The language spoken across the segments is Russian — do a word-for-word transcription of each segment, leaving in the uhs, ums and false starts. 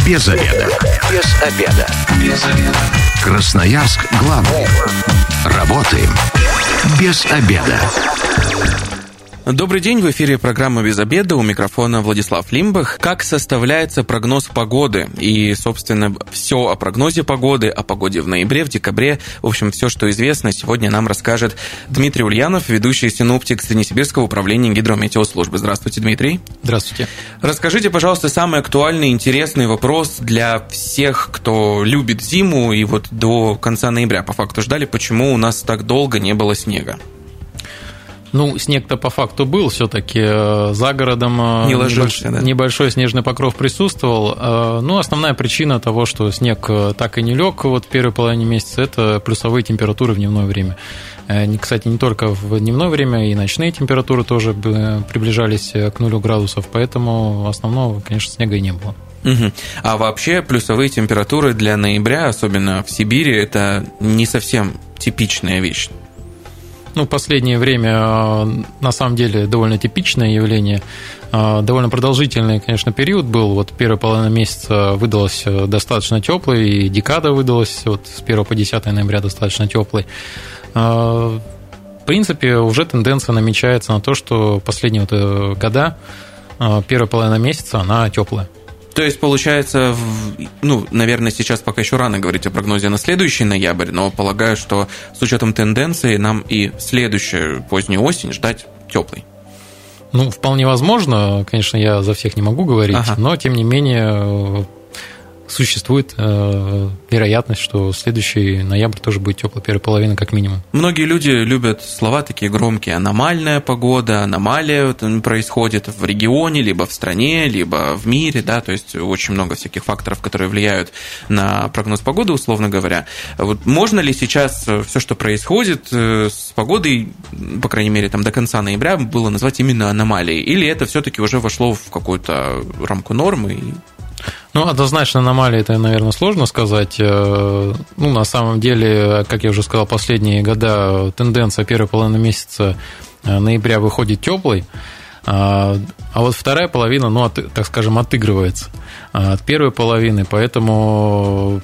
Без обеда. Без обеда. Без обеда. Красноярск главный. Работаем без обеда. Добрый день, в эфире программа «Без обеда», у микрофона Владислав Лимбах. Как составляется прогноз погоды? И, собственно, все о прогнозе погоды, о погоде в ноябре, в декабре, в общем, все, что известно, сегодня нам расскажет Дмитрий Ульянов, ведущий синоптик Среднесибирского управления гидрометеослужбы. Здравствуйте, Дмитрий. Здравствуйте. Расскажите, пожалуйста, самый актуальный, интересный вопрос для всех, кто любит зиму и вот до конца ноября, по факту, ждали, почему у нас так долго не было снега? Ну, снег-то по факту был, все-таки за городом не ложился, небольшой, да? небольшой снежный покров присутствовал. Ну, основная причина того, что снег так и не лег вот в первой половине месяца, это плюсовые температуры в дневное время. Кстати, не только в дневное время, и ночные температуры тоже приближались к нулю градусов, поэтому основного, конечно, снега и не было. Угу. А вообще плюсовые температуры для ноября, особенно в Сибири, это не совсем типичная вещь. Ну, последнее время, на самом деле, довольно типичное явление. Довольно продолжительный, конечно, период был. Вот первая половина месяца выдалась достаточно теплой, и декада выдалась вот с первого по десятое ноября достаточно теплой. В принципе, уже тенденция намечается на то, что последние вот года первая половина месяца, она теплая. То есть, получается, ну, наверное, сейчас пока еще рано говорить о прогнозе на следующий ноябрь, но полагаю, что с учетом тенденции нам и следующую позднюю осень ждать теплой. Ну, вполне возможно, конечно, я за всех не могу говорить, ага. но, тем не менее, существует э, вероятность, что следующий ноябрь тоже будет теплой, первая половина как минимум. Многие люди любят слова такие громкие: аномальная погода, аномалия происходит в регионе, либо в стране, либо в мире, да, то есть очень много всяких факторов, которые влияют на прогноз погоды, условно говоря. Вот можно ли сейчас все, что происходит с погодой, по крайней мере, там, до конца ноября, было назвать именно аномалией, или это все-таки уже вошло в какую-то рамку нормы? Ну, однозначно аномалии это, наверное, сложно сказать. Ну, на самом деле, как я уже сказал, последние года тенденция первой половины месяца ноября выходит теплой, а вот вторая половина, ну, от, так скажем, отыгрывается от первой половины, поэтому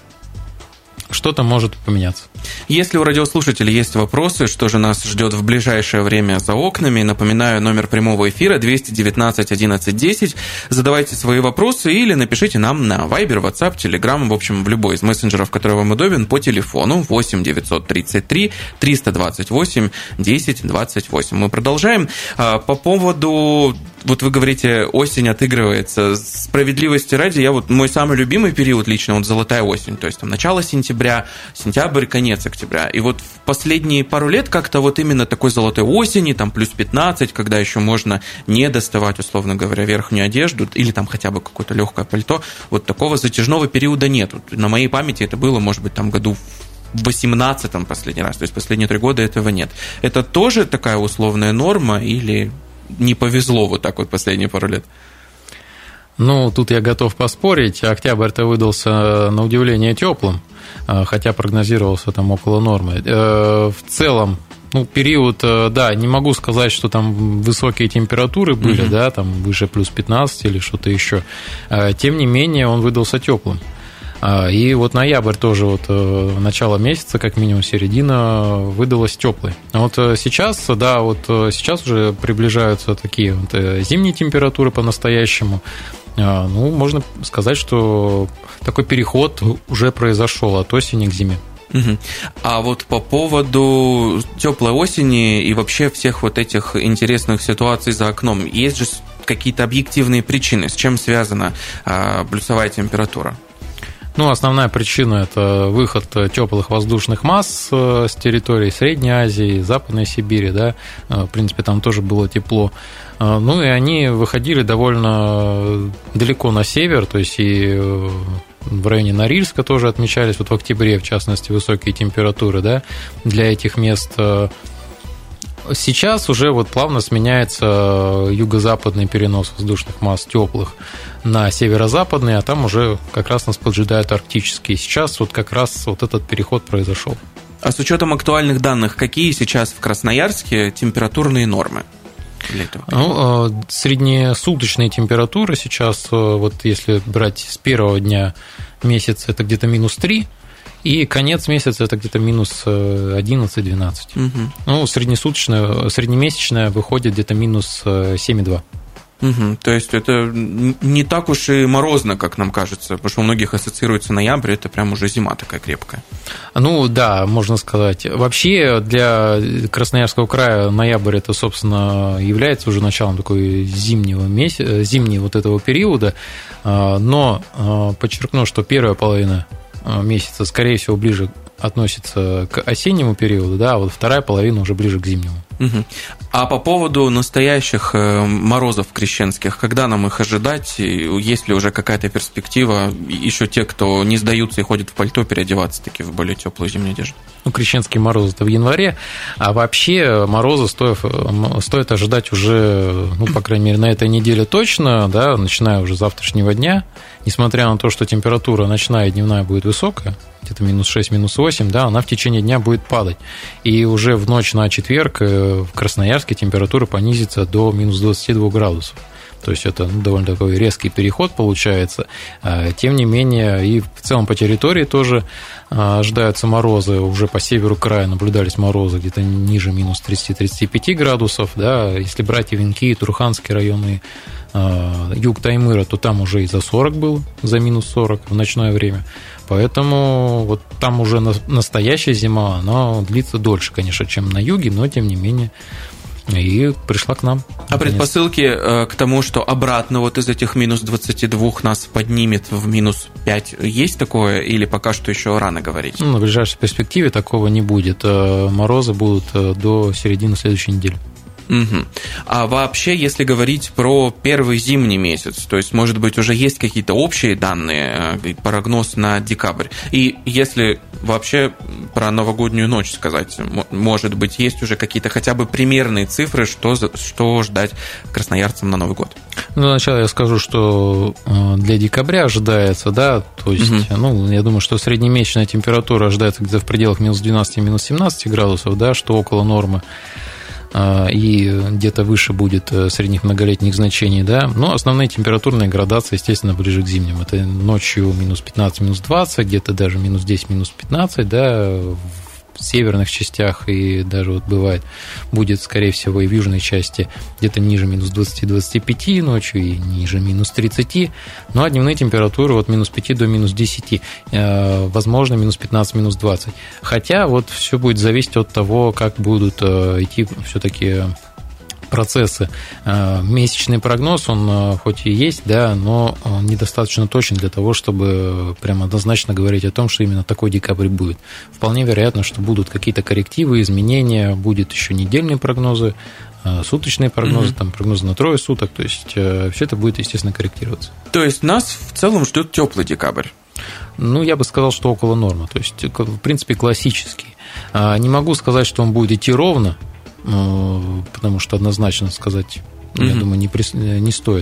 что-то может поменяться. Если у радиослушателей есть вопросы, что же нас ждет в ближайшее время за окнами, напоминаю, номер прямого эфира двести девятнадцать одиннадцать десять. Задавайте свои вопросы или напишите нам на Viber, WhatsApp, Telegram, в общем, в любой из мессенджеров, который вам удобен, по телефону восемь девятьсот тридцать три триста двадцать восемь десять двадцать восемь. Мы продолжаем. По поводу, вот вы говорите, осень отыгрывается. Справедливости ради, я вот, мой самый любимый период лично, вот золотая осень, то есть там начало сентября, сентябрь, конец октября. И вот в последние пару лет как-то вот именно такой золотой осени, там плюс пятнадцать, когда еще можно не доставать, условно говоря, верхнюю одежду или там хотя бы какое-то легкое пальто, вот такого затяжного периода нет. Вот на моей памяти это было, может быть, там году в восемнадцатом последний раз, то есть последние три года этого нет. Это тоже такая условная норма или не повезло вот так вот последние пару лет? Ну, тут я готов поспорить. Октябрь-то выдался на удивление теплым, хотя прогнозировался там около нормы. В целом, ну, период, да, не могу сказать, что там высокие температуры были, mm-hmm. да, там выше плюс пятнадцать или что-то еще. Тем не менее, он выдался теплым. И вот ноябрь тоже, вот начало месяца, как минимум середина, выдалась теплой. А вот сейчас, да, вот сейчас уже приближаются такие вот зимние температуры по-настоящему. Ну, можно сказать, что такой переход уже произошел от осени к зиме. Угу. А вот по поводу теплой осени и вообще всех вот этих интересных ситуаций за окном, есть же какие-то объективные причины, с чем связана а, плюсовая температура? Ну, основная причина – это выход теплых воздушных масс с территории Средней Азии, Западной Сибири, да, в принципе, там тоже было тепло. Ну, и они выходили довольно далеко на север, то есть и в районе Норильска тоже отмечались, вот в октябре, в частности, высокие температуры, да, для этих мест. Сейчас уже вот плавно сменяется юго-западный перенос воздушных масс теплых на северо-западный, а там уже как раз нас поджидают арктические. Сейчас вот как раз вот этот переход произошел. А с учетом актуальных данных, какие сейчас в Красноярске температурные нормы? для этого? Ну, среднесуточные температуры сейчас, вот если брать с первого дня месяца, это где-то минус три, и конец месяца это где-то минус одиннадцать-двенадцать. Угу. Ну, среднесуточная, среднемесячная выходит где-то минус семь и два. Угу, то есть это не так уж и морозно, как нам кажется, потому что у многих ассоциируется ноябрь, это прям уже зима такая крепкая. Ну да, можно сказать. Вообще для Красноярского края ноябрь это, собственно, является уже началом такой зимнего месяца, зимнего вот этого периода, но подчеркну, что первая половина месяца, скорее всего, ближе относится к осеннему периоду, да, а вот вторая половина уже ближе к зимнему. Угу. А по поводу настоящих морозов крещенских, когда нам их ожидать? Есть ли уже какая-то перспектива? Еще те, кто не сдаются и ходят в пальто, переодеваться таки в более теплую зимнюю одежду? Ну, крещенские морозы это в январе, а вообще морозы стоит, стоит ожидать уже, ну, по крайней мере, на этой неделе точно, да, начиная уже с завтрашнего дня, несмотря на то, что температура ночная и дневная будет высокая, где-то минус шесть, минус восемь, да, она в течение дня будет падать. И уже в ночь на четверг в Красноярске температура понизится до минус двадцати двух градусов. То есть это, ну, довольно такой резкий переход получается. Тем не менее, и в целом по территории тоже ожидаются морозы. Уже по северу края наблюдались морозы где-то ниже минус тридцати-тридцати пяти градусов. Да. Если брать Ивенки, Турханские районы, юг Таймыра, то там уже и за сорок был, за минус сорок в ночное время. Поэтому вот там уже настоящая зима, она длится дольше, конечно, чем на юге, но тем не менее и пришла к нам. А наконец. Предпосылки к тому, что обратно вот из этих минус двадцати двух нас поднимет в минус пять, есть такое или пока что еще рано говорить? Ну, на ближайшей перспективе такого не будет. Морозы будут до середины следующей недели. Угу. А вообще, если говорить про первый зимний месяц, то есть, может быть, уже есть какие-то общие данные, прогноз на декабрь, и если вообще про новогоднюю ночь сказать, может быть, есть уже какие-то хотя бы примерные цифры, что, что ждать красноярцам на Новый год? Ну, сначала я скажу, что для декабря ожидается, да, то есть, угу. ну, я думаю, что среднемесячная температура ожидается где-то в пределах минус двенадцати, минус семнадцати градусов, да, что около нормы. И где-то выше будет средних многолетних значений, да. Но основные температурные градации, естественно, ближе к зимним. Это ночью минус пятнадцать, минус двадцать, где-то даже минус десять, минус пятнадцать, да, в северных частях, и даже вот бывает, будет, скорее всего, и в южной части где-то ниже минус двадцати-двадцати пяти ночью и ниже минус тридцати, ну а дневные температуры от минус пяти до минус десяти, возможно, минус пятнадцать, минус двадцать. Хотя вот все будет зависеть от того, как будут идти все-таки процессы. Месячный прогноз, он хоть и есть, да, но он недостаточно точен для того, чтобы прямо однозначно говорить о том, что именно такой декабрь будет. Вполне вероятно, что будут какие-то коррективы, изменения, будет еще недельные прогнозы, суточные прогнозы, mm-hmm. там прогнозы на трое суток, то есть все это будет, естественно, корректироваться. То есть нас в целом ждет теплый декабрь? Ну, я бы сказал, что около нормы, то есть, в принципе, классический. Не могу сказать, что он будет идти ровно, потому что однозначно сказать, mm-hmm. я думаю, не, не стоит.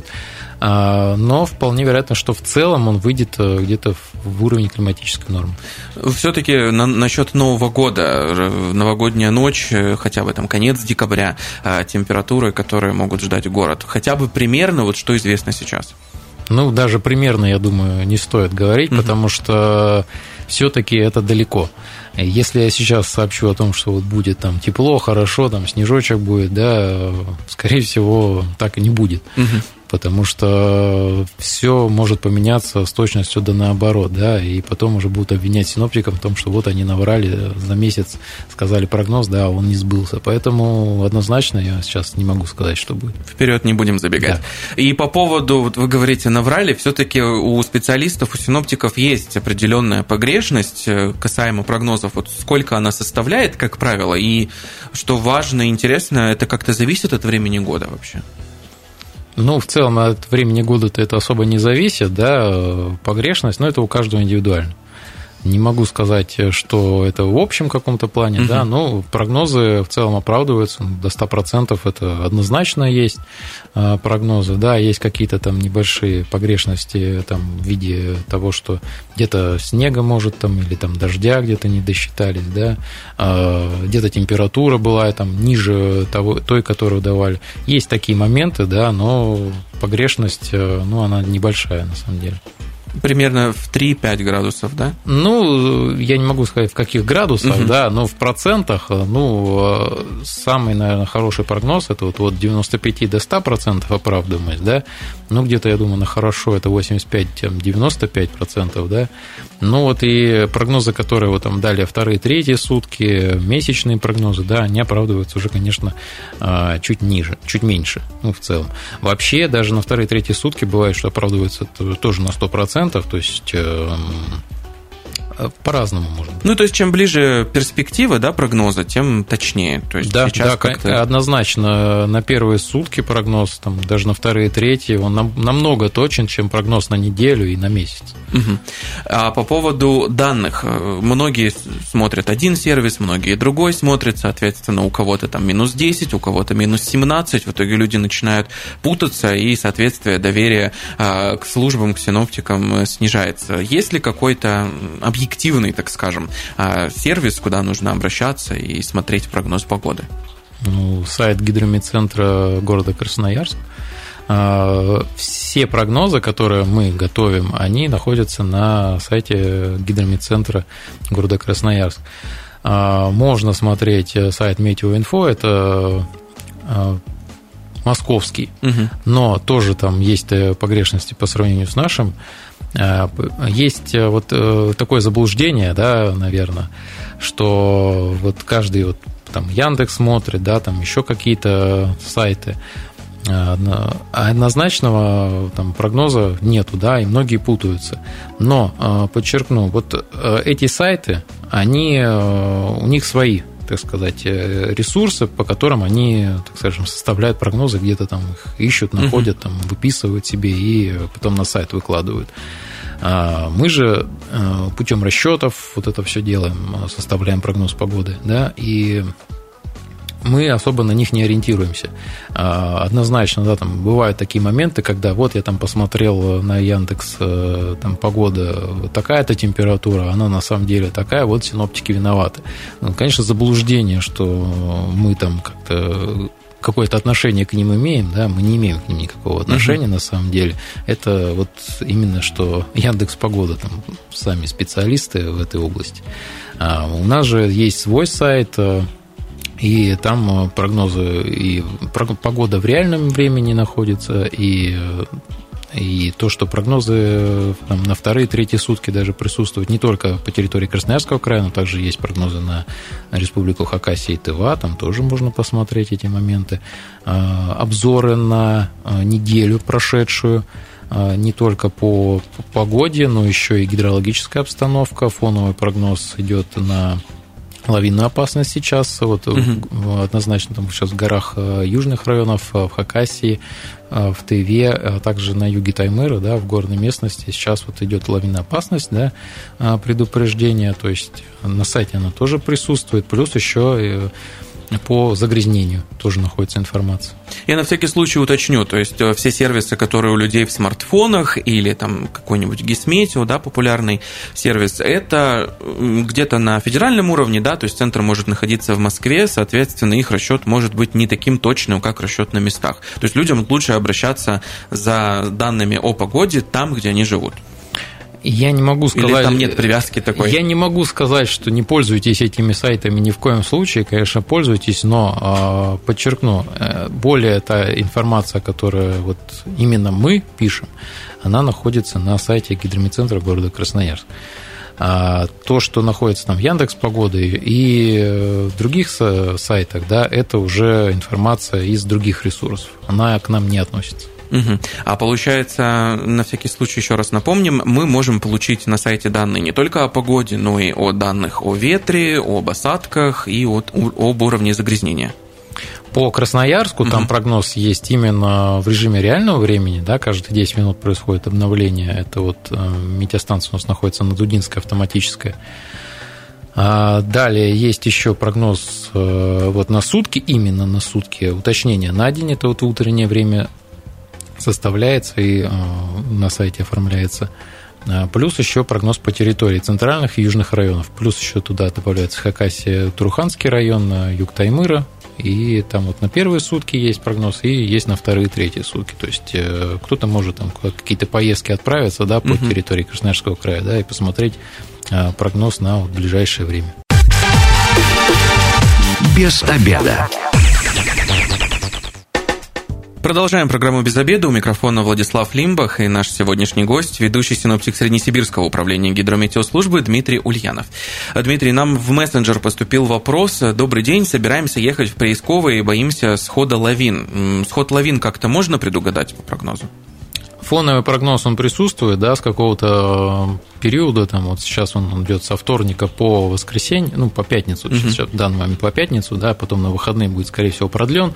Но вполне вероятно, что в целом он выйдет где-то в уровень климатической нормы. Все-таки на, насчет Нового года, новогодняя ночь, хотя бы там конец декабря, температуры, которые могут ждать город, хотя бы примерно вот что известно сейчас? Ну, даже примерно, я думаю, не стоит говорить, mm-hmm. потому что все-таки это далеко. Если я сейчас сообщу о том, что вот будет там тепло, хорошо, там снежочек будет, да, скорее всего, так и не будет. Угу. Потому что все может поменяться с точностью да наоборот, да, и потом уже будут обвинять синоптиков в том, что вот они наврали, за месяц сказали прогноз, да, он не сбылся. Поэтому однозначно я сейчас не могу сказать, что будет. Вперед не будем забегать. Да. И по поводу, вот вы говорите, наврали, все-таки у специалистов, у синоптиков есть определенная погрешность касаемо прогнозов. Вот сколько она составляет, как правило, и что важно и интересно, это как-то зависит от времени года вообще? Ну, в целом от времени года-то это особо не зависит, да, погрешность, но это у каждого индивидуально. Не могу сказать, что это в общем каком-то плане, uh-huh. да, но прогнозы в целом оправдываются до ста процентов, это однозначно есть прогнозы, да, есть какие-то там небольшие погрешности там, в виде того, что где-то снега может там, или там дождя где-то не досчитались, да, где-то температура была там ниже того, той, которую давали. Есть такие моменты, да, но погрешность, ну, она небольшая на самом деле. Примерно в три-пять градусов, да? Ну, я не могу сказать, в каких градусах, uh-huh. да, но в процентах, ну, самый, наверное, хороший прогноз – это вот от девяноста пяти до ста процентов оправдываемость, да, ну, где-то, я думаю, на хорошо это восемьдесят пять - девяносто пять процентов, да, ну, вот и прогнозы, которые вот там дали вторые, третьи сутки, месячные прогнозы, да, они оправдываются уже, конечно, чуть ниже, чуть меньше, ну, в целом. Вообще, даже на вторые, третьи сутки бывает, что оправдывается тоже на сто процентов, то есть по-разному может быть. Ну, то есть, чем ближе перспектива, да, прогноза, тем точнее. То есть, да, сейчас да, как-то... однозначно на первые сутки прогноз, там, даже на вторые, третьи, он намного точен, чем прогноз на неделю и на месяц. Угу. А по поводу данных, многие смотрят один сервис, многие другой смотрят, соответственно, у кого-то там минус десять, у кого-то минус семнадцать, в итоге люди начинают путаться, и, соответственно, доверие к службам, к синоптикам снижается. Есть ли какой-то объективный объективный, так скажем, сервис, куда нужно обращаться и смотреть прогноз погоды? Ну, сайт гидромедцентра города Красноярск. Все прогнозы, которые мы готовим, они находятся на сайте гидромедцентра города Красноярск. Можно смотреть сайт Метеоинфо, это московский, угу. но тоже там есть погрешности по сравнению с нашим. Есть вот такое заблуждение, да, наверное, что вот каждый вот там Яндекс смотрит, да, там еще какие-то сайты, однозначного там прогноза нету, да, и многие путаются. Но подчеркну, вот эти сайты, они у них свои, так сказать, ресурсы, по которым они, так скажем, составляют прогнозы, где-то там их ищут, находят, там, выписывают себе и потом на сайт выкладывают. Мы же путем расчетов вот это все делаем, составляем прогноз погоды, да, и мы особо на них не ориентируемся. Однозначно, да, там бывают такие моменты, когда вот я там посмотрел на Яндекс, там погода, такая-то температура, она на самом деле такая, вот синоптики виноваты. Ну, конечно, заблуждение, что мы там как-то какое-то отношение к ним имеем, да, мы не имеем к ним никакого отношения, uh-huh. на самом деле. Это вот именно что Яндекс.Погода, там сами специалисты в этой области. А у нас же есть свой сайт, и там прогнозы, и погода в реальном времени находится, и, и то, что прогнозы там, на вторые, третьи сутки даже присутствуют не только по территории Красноярского края, но также есть прогнозы на Республику Хакасия и Тыва, там тоже можно посмотреть эти моменты. Обзоры на неделю прошедшую, не только по погоде, но еще и гидрологическая обстановка, фоновый прогноз идет на лавинная опасность сейчас, вот угу. однозначно там сейчас в горах южных районов, в Хакасии, в Тыве, а также на юге Таймыра, да, в горной местности сейчас вот идет лавинная опасность, да, предупреждение, то есть на сайте она тоже присутствует, плюс еще по загрязнению тоже находится информация. Я на всякий случай уточню, то есть все сервисы, которые у людей в смартфонах или там какой-нибудь Гисметео, да, популярный сервис, это где-то на федеральном уровне, да, то есть центр может находиться в Москве, соответственно, их расчет может быть не таким точным, как расчет на местах. То есть людям лучше обращаться за данными о погоде там, где они живут. Я не могу сказать... Или там нет привязки такой? Я не могу сказать, что не пользуйтесь этими сайтами ни в коем случае. Конечно, пользуйтесь, но подчеркну, более та информация, которую вот именно мы пишем, она находится на сайте гидромедцентра города Красноярск. А то, что находится там в Яндекс.Погода и в других сайтах, да, это уже информация из других ресурсов. Она к нам не относится. Угу. А получается, на всякий случай еще раз напомним, мы можем получить на сайте данные не только о погоде, но и о данных о ветре, об осадках и от, об уровне загрязнения. По Красноярску угу. там прогноз есть именно в режиме реального времени, да, каждые десять минут происходит обновление. Это вот метеостанция у нас находится на Дудинской, автоматическая. Далее есть еще прогноз вот на сутки, именно на сутки, уточнение на день, это вот утреннее время составляется и на сайте оформляется. Плюс еще прогноз по территории центральных и южных районов. Плюс еще туда добавляется Хакасия, Туруханский район, юг Таймыра. И там вот на первые сутки есть прогноз, и есть на вторые и третьи сутки. То есть кто-то может там какие-то поездки отправиться, да, по угу. территории Красноярского края, да, и посмотреть прогноз на вот ближайшее время. Без обеда. Продолжаем программу «Без обеда». У микрофона Владислав Лимбах и наш сегодняшний гость, ведущий синоптик Среднесибирского управления гидрометеослужбы Дмитрий Ульянов. Дмитрий, нам в мессенджер поступил вопрос. Добрый день, собираемся ехать в Приисково и боимся схода лавин. Сход лавин как-то можно предугадать по прогнозу? Фоновый прогноз, он присутствует, да, с какого-то периода, там вот сейчас он идет со вторника по воскресенье, ну, по пятницу, uh-huh. сейчас в данный момент по пятницу, да, потом на выходные будет, скорее всего, продлен.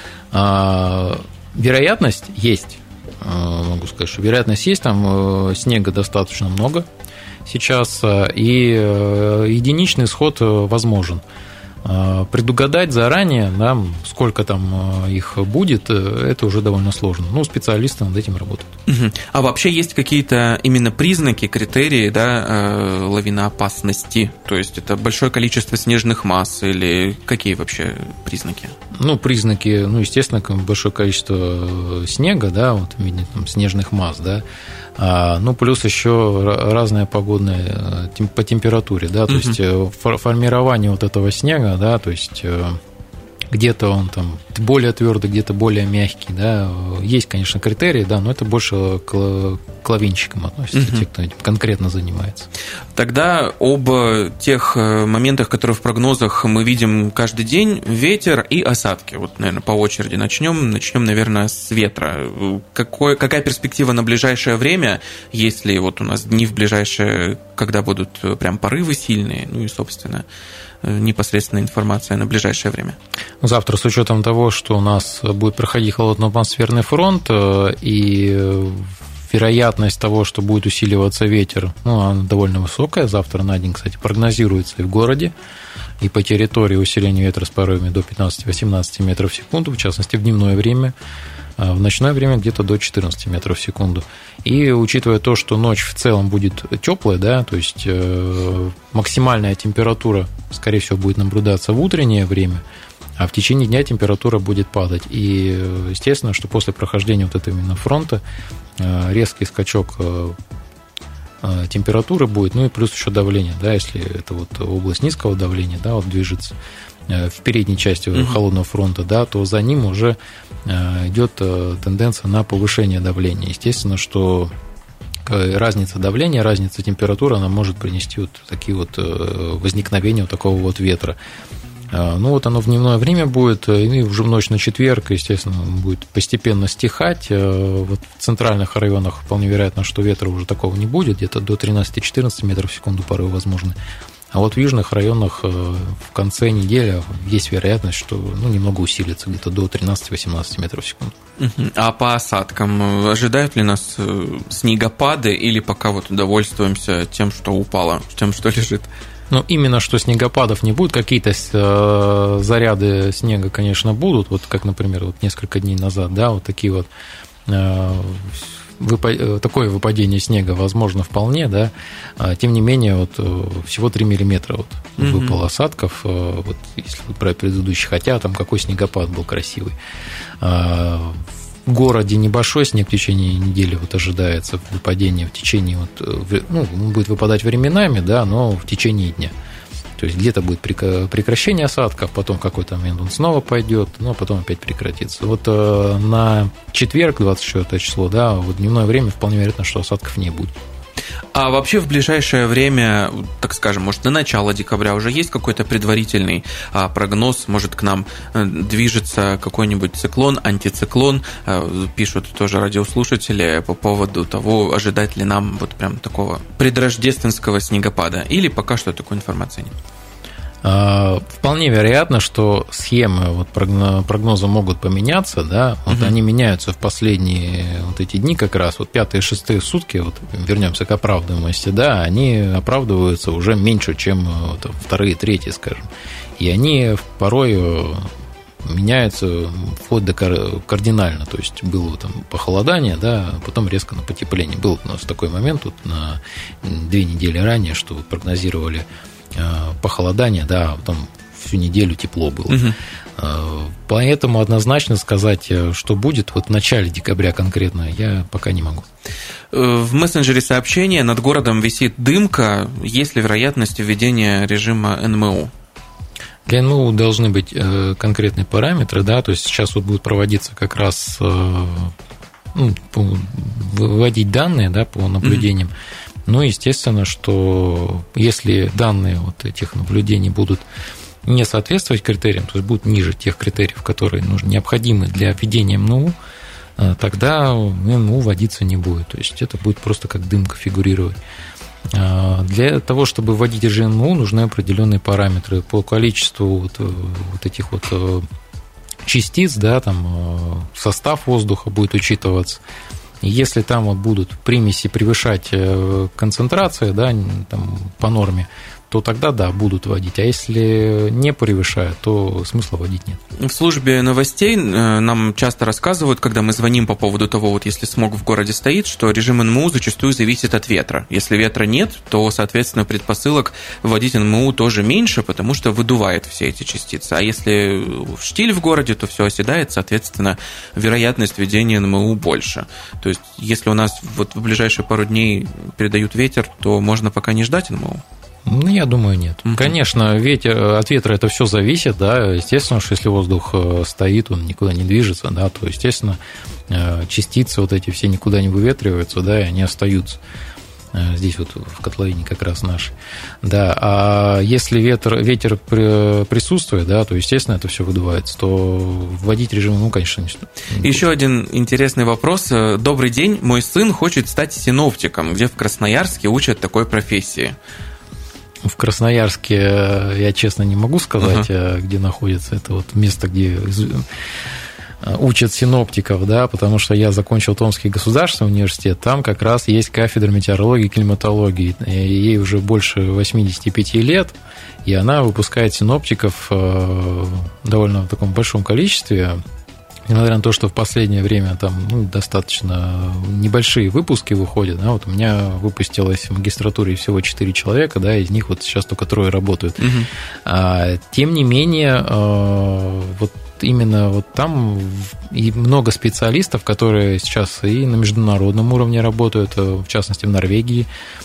Вероятность есть, могу сказать, что вероятность есть, там снега достаточно много сейчас, и единичный сход возможен. Предугадать заранее, да, сколько там их будет, это уже довольно сложно. Ну, специалисты над этим работают. Угу. А вообще есть какие-то именно признаки, критерии, да, лавиноопасности? То есть это большое количество снежных масс или какие вообще признаки? Ну, признаки, ну, естественно, большое количество снега, да, вот в виде там, снежных масс, да. А, ну, плюс еще разная погодная по температуре, да, то uh-huh. есть формирование вот этого снега, да, то есть где-то он там более твердый, где-то более мягкий, да, есть, конечно, критерии, да, но это больше к лавинщикам относится, uh-huh. те, кто этим конкретно занимается. Тогда об тех моментах, которые в прогнозах мы видим каждый день, ветер и осадки. Вот, наверное, по очереди начнем. Начнем, наверное, с ветра. Какой, какая перспектива на ближайшее время, если вот у нас дни в ближайшее, когда будут прям порывы сильные, ну и, собственно, непосредственная информация на ближайшее время? Завтра, с учетом того, что у нас будет проходить холодный атмосферный фронт и вероятность того, что будет усиливаться ветер, ну, она довольно высокая. Завтра на день, кстати, прогнозируется и в городе, и по территории усиление ветра с порывами до пятнадцати-восемнадцати метров в секунду, в частности, в дневное время. В ночное время где-то до четырнадцати метров в секунду. И учитывая то, что ночь в целом будет теплая, да, то есть максимальная температура, скорее всего, будет наблюдаться в утреннее время, а в течение дня температура будет падать. И естественно, что после прохождения вот этого именно фронта резкий скачок температуры будет, ну и плюс еще давление, да, если это вот область низкого давления, да, вот движется в передней части uh-huh. холодного фронта, да, то за ним уже идет тенденция на повышение давления. Естественно, что разница давления, разница температуры, она может принести вот такие вот возникновения вот такого вот ветра. Ну вот оно в дневное время будет, и уже в ночь на четверг, естественно, будет постепенно стихать. Вот в центральных районах вполне вероятно, что ветра уже такого не будет, где-то до тринадцати-четырнадцати метров в секунду порывы возможны. А вот в южных районах в конце недели есть вероятность, что ну, немного усилится, где-то до тринадцати-восемнадцати метров в секунду. А по осадкам ожидают ли нас снегопады или пока вот удовольствуемся тем, что упало, тем, что лежит? Ну, именно что снегопадов не будет, какие-то заряды снега, конечно, будут, вот как, например, вот несколько дней назад, да, вот такие вот такое выпадение снега возможно вполне, да, тем не менее, вот всего три миллиметра вот mm-hmm. выпало осадков, вот если брать предыдущий, хотя там какой снегопад был красивый. В городе небольшой снег в течение недели вот ожидается, выпадение в течение, вот, ну, он будет выпадать временами, да, но в течение дня. То есть где-то будет прекращение осадков, потом в какой-то момент он снова пойдет, но потом опять прекратится. Вот на четверг, двадцать четвёртое число, да, вот дневное время вполне вероятно, что осадков не будет. А вообще в ближайшее время, так скажем, может, на начало декабря уже есть какой-то предварительный а, прогноз? Может, к нам движется какой-нибудь циклон, антициклон? А, пишут тоже радиослушатели по поводу того, ожидать ли нам вот прям такого предрождественского снегопада. Или пока что такой информации нет? Вполне вероятно, что схемы вот прогноза могут поменяться, да, вот угу. они меняются в последние вот эти дни как раз, вот пятые, шестые сутки, вот вернемся к оправдываемости, да, они оправдываются уже меньше, чем вот вторые, третьи, скажем, и они порой меняются вплоть до кардинально, то есть было там похолодание, да, потом резко на потепление. Был у нас такой момент вот на две недели ранее, что прогнозировали похолодание, да, потом всю неделю тепло было. Угу. Поэтому однозначно сказать, что будет вот в начале декабря конкретно, я пока не могу. В мессенджере сообщения над городом висит дымка. Есть ли вероятность введения режима эн эм у? Для эн эм у должны быть конкретные параметры, да, то есть сейчас вот будет проводиться как раз ну, выводить данные, да, по наблюдениям. Mm-hmm. Ну, естественно, что если данные вот этих наблюдений будут не соответствовать критериям, то есть будут ниже тех критериев, которые нужны, необходимы для введения эм эн у, тогда эм эн у вводиться не будет. То есть это будет просто как дымка фигурировать. Для того, чтобы вводить режим эм эн у, нужны определенные параметры по количеству вот, вот этих вот частиц, да, там состав воздуха будет учитываться. Если там вот будут примеси превышать концентрации, да, там, по норме, то тогда, да, будут вводить. А если не превышают, то смысла вводить нет. В службе новостей нам часто рассказывают, когда мы звоним по поводу того, вот если смог в городе стоит, что режим эн эм у зачастую зависит от ветра. Если ветра нет, то, соответственно, предпосылок вводить эн эм у тоже меньше, потому что выдувает все эти частицы. А если штиль в городе, то все оседает, соответственно, вероятность введения эн эм у больше. То есть, если у нас вот в ближайшие пару дней передают ветер, то можно пока не ждать эн эм у? Ну, я думаю, нет. Uh-huh. Конечно, ветер, от ветра это все зависит, да, естественно, что если воздух стоит, он никуда не движется, да, то, естественно, частицы вот эти все никуда не выветриваются, да, и они остаются здесь вот в котловине как раз нашей, да, а если ветер, ветер присутствует, да, то, естественно, это все выдувается, то вводить режим, ну, конечно, не стоит. Еще один интересный вопрос. Добрый день, мой сын хочет стать синоптиком, где в Красноярске учат такой профессии. В Красноярске я, честно, не могу сказать, uh-huh. где находится это вот место, где учат синоптиков, да, потому что я закончил Томский государственный университет, там как раз есть кафедра метеорологии и климатологии, ей уже больше восемьдесят пять лет, и она выпускает синоптиков довольно в таком большом количестве. Несмотря на то, что в последнее время там ну, достаточно небольшие выпуски выходят, да, вот у меня выпустилось в магистратуре всего четыре человека, да, из них вот сейчас только трое работают. Угу. А, тем не менее, вот именно вот там и много специалистов, которые сейчас и на международном уровне работают, в частности, в Норвегии,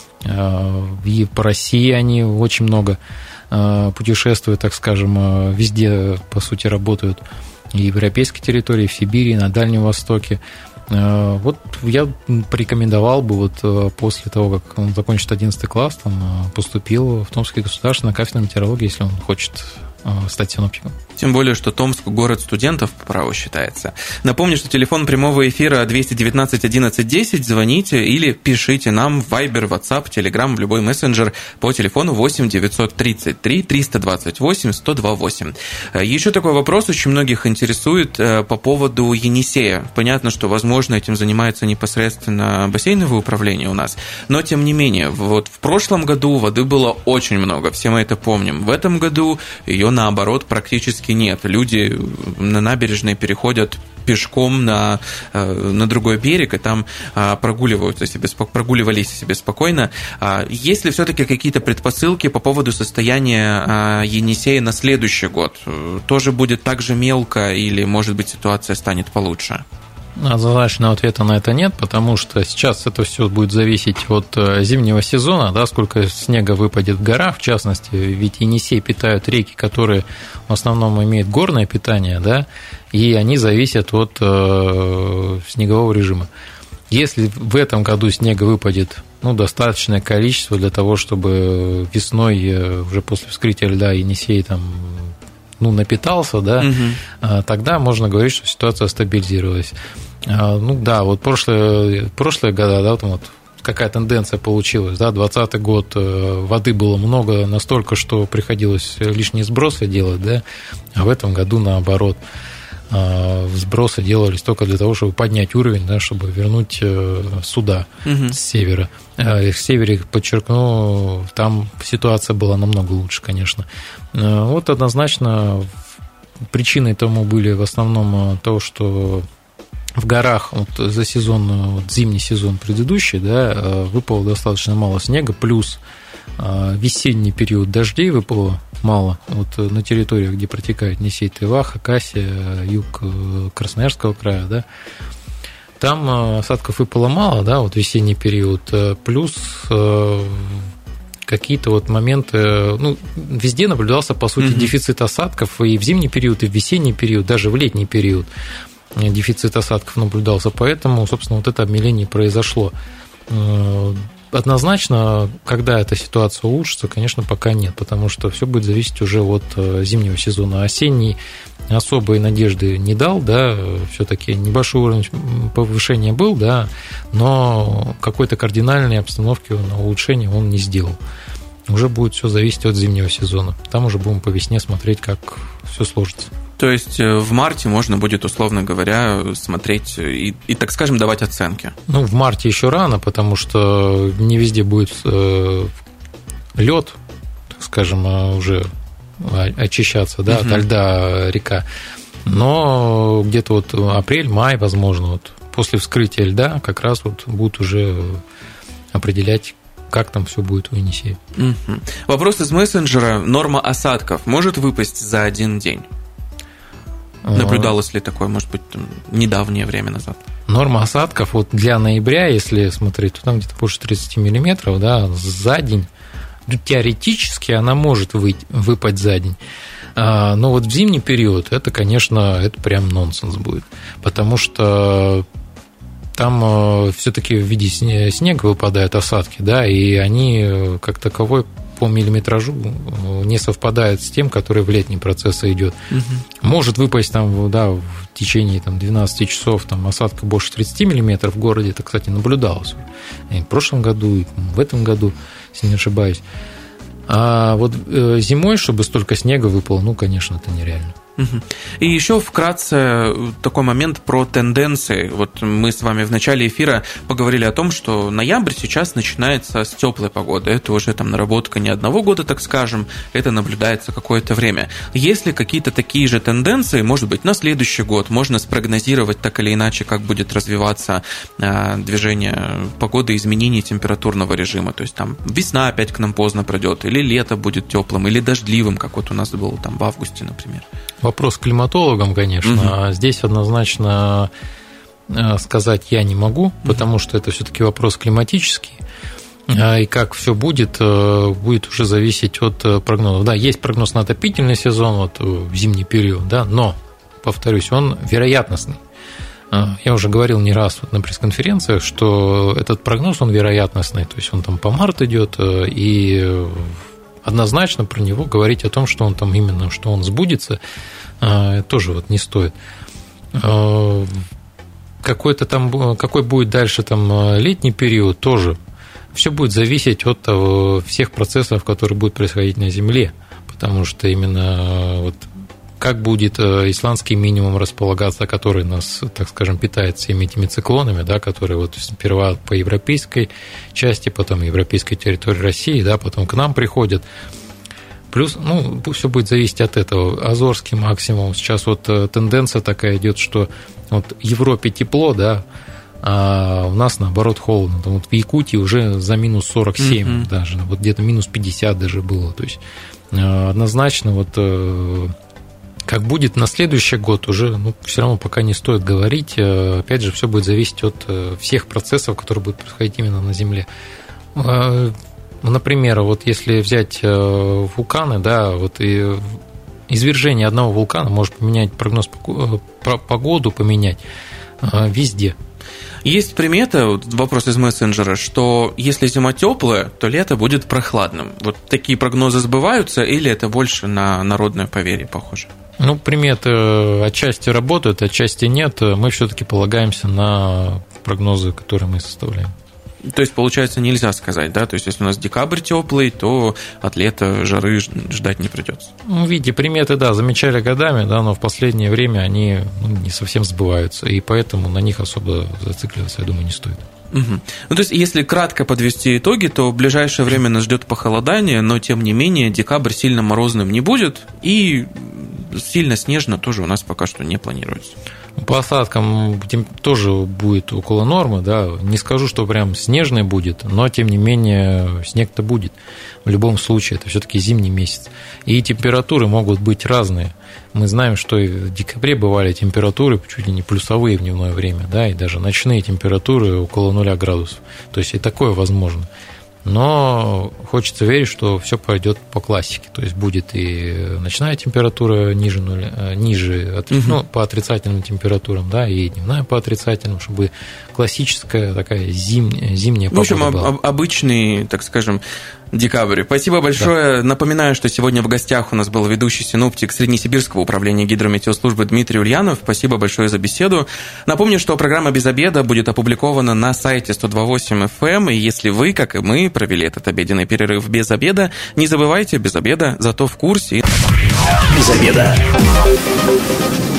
и по России они очень много путешествуют, так скажем, везде, по сути, работают. И в европейской территории, и в Сибири, и на Дальнем Востоке. Вот я порекомендовал бы вот после того, как он закончит одиннадцатый класс, там, поступил в Томский государственный на кафедру метеорологии, если он хочет стать синоптиком. Тем более, что Томск – город студентов, по праву считается. Напомню, что телефон прямого эфира двести девятнадцать одиннадцать десять. Звоните или пишите нам в Viber, WhatsApp, Telegram, в любой мессенджер по телефону восемь девятьсот тридцать три триста двадцать восемь сто двадцать восемь. Еще такой вопрос очень многих интересует по поводу Енисея. Понятно, что, возможно, этим занимается непосредственно бассейновое управление у нас, но, тем не менее, вот в прошлом году воды было очень много, все мы это помним. В этом году ее, наоборот, практически нет. Люди на набережной переходят пешком на, на другой берег и там прогуливаются себе, прогуливались себе спокойно. Есть ли все-таки какие-то предпосылки по поводу состояния Енисея на следующий год? Тоже будет так же мелко или, может быть, ситуация станет получше? Однозначного ответа на это нет, потому что сейчас это все будет зависеть от зимнего сезона, да, сколько снега выпадет в горах, в частности, ведь Енисей питают реки, которые в основном имеют горное питание, да, и они зависят от э, снегового режима. Если в этом году снега выпадет ну, достаточное количество для того, чтобы весной, уже после вскрытия льда, Енисей там ну, напитался, да, угу. тогда можно говорить, что ситуация стабилизировалась. Ну да, вот прошлые, прошлые года, да, там вот какая тенденция получилась. Да, двадцатый год воды было много настолько, что приходилось лишние сбросы делать, да, а в этом году наоборот. Сбросы делались только для того, чтобы поднять уровень, да, чтобы вернуть суда угу. с севера. С севера, подчеркну, там ситуация была намного лучше, конечно. Вот однозначно причиной тому были в основном то, что в горах вот за сезон, вот зимний сезон предыдущий, да, выпало достаточно мало снега, плюс весенний период дождей выпало мало. Вот на территориях, где протекает Несей-Тыва, Хакасия, юг Красноярского края, да, там осадков выпало мало, да, вот весенний период, плюс какие-то вот моменты, ну, везде наблюдался, по сути, mm-hmm. дефицит осадков и в зимний период, и в весенний период, даже в летний период дефицит осадков наблюдался, поэтому, собственно, вот это обмеление произошло. Однозначно, когда эта ситуация улучшится, конечно, пока нет, потому что все будет зависеть уже от зимнего сезона. Осенний особой надежды не дал, да, все-таки небольшой уровень повышения был, да, но какой-то кардинальной обстановки на улучшение он не сделал. Уже будет все зависеть от зимнего сезона. Там уже будем по весне смотреть, как все сложится. То есть в марте можно будет, условно говоря, смотреть и, и, так скажем, давать оценки? Ну, в марте еще рано, потому что не везде будет э, лед, так скажем, уже очищаться, да, угу. от льда река. Но где-то вот апрель, май, возможно, вот после вскрытия льда как раз вот будут уже определять, как там все будет у Енисея. Угу. Вопрос из мессенджера. Норма осадков может выпасть за один день? Наблюдалось ли такое, может быть, там, недавнее время назад? Норма осадков вот для ноября, если смотреть, то там где-то больше тридцать миллиметров, да, за день. Теоретически она может выйти, выпасть за день. Но вот в зимний период это, конечно, это прям нонсенс будет. Потому что там все-таки в виде снега выпадают осадки, да, и они как таковой по миллиметражу не совпадает с тем, который в летние процессы идет. Угу. Может выпасть там, да, в течение там, двенадцати часов там, осадка больше тридцати миллиметров в городе. Это, кстати, наблюдалось и в прошлом году, и в этом году, если не ошибаюсь. А вот зимой, чтобы столько снега выпало, ну, конечно, это нереально. И еще вкратце такой момент про тенденции. Вот мы с вами в начале эфира поговорили о том, что ноябрь сейчас начинается с теплой погоды. Это уже там наработка не одного года, так скажем, это наблюдается какое-то время. Есть ли какие-то такие же тенденции, может быть, на следующий год? Можно спрогнозировать так или иначе, как будет развиваться движение погоды, изменение температурного режима. То есть там весна опять к нам поздно придет, или лето будет теплым, или дождливым, как вот у нас было там в августе, например. Вопрос к климатологам, конечно. Угу. Здесь однозначно сказать я не могу, потому что это все-таки вопрос климатический. И как все будет, будет уже зависеть от прогнозов. Да, есть прогноз на отопительный сезон, вот в зимний период, да, но, повторюсь, он вероятностный. Я уже говорил не раз на пресс-конференциях, что этот прогноз, он вероятностный, то есть он там по март идет, и однозначно про него говорить о том, что он там именно, что он сбудется, тоже вот не стоит. Какой-то там, какой будет дальше там летний период, тоже все будет зависеть от того, всех процессов, которые будут происходить на Земле, потому что именно вот как будет исландский минимум располагаться, который нас, так скажем, питает всеми этими циклонами, да, которые вот сперва по европейской части, потом европейской территории России, да, потом к нам приходят. Плюс, ну, все будет зависеть от этого. Азорский максимум. Сейчас вот тенденция такая идет, что вот в Европе тепло, да, а у нас, наоборот, холодно. Там вот в Якутии уже за минус сорок семь mm-hmm. даже, вот где-то минус пятьдесят даже было. То есть однозначно вот как будет на следующий год, уже ну, все равно пока не стоит говорить. Опять же, все будет зависеть от всех процессов, которые будут происходить именно на Земле. Например, вот если взять вулканы, да, вот и извержение одного вулкана может поменять прогноз погоду, поменять везде. Есть примета, вопрос из мессенджера, что если зима теплая, то лето будет прохладным. Вот такие прогнозы сбываются или это больше на народное поверье похоже? Ну, приметы отчасти работают, отчасти нет. Мы все-таки полагаемся на прогнозы, которые мы составляем. То есть, получается, нельзя сказать, да? То есть, если у нас декабрь теплый, то от лета жары ждать не придется. Ну, видите, приметы, да, замечали годами, да, но в последнее время они ну, не совсем сбываются, и поэтому на них особо зацикливаться, я думаю, не стоит. Угу. Ну, то есть, если кратко подвести итоги, то в ближайшее время нас ждет похолодание, но, тем не менее, декабрь сильно морозным не будет, и сильно снежно тоже у нас пока что не планируется. По осадкам тоже будет около нормы, да, не скажу, что прям снежный будет, но, тем не менее, снег-то будет. В любом случае, это все-таки зимний месяц. И температуры могут быть разные. Мы знаем, что и в декабре бывали температуры чуть ли не плюсовые в дневное время, да, и даже ночные температуры около нуля градусов. То есть и такое возможно. Но хочется верить, что все пойдет по классике. То есть будет и ночная температура ниже нуля, ниже угу. ну, по отрицательным температурам, да, и дневная по отрицательным, чтобы классическая такая зим, зимняя погода была. В общем, обычный, так скажем, декабрь. Спасибо большое. Да. Напоминаю, что сегодня в гостях у нас был ведущий синоптик Среднесибирского управления гидрометеослужбы Дмитрий Ульянов. Спасибо большое за беседу. Напомню, что программа «Без обеда» будет опубликована на сайте сто два восемь эф эм. И если вы, как и мы, провели этот обеденный перерыв без обеда, не забывайте, без обеда, зато в курсе. Без обеда.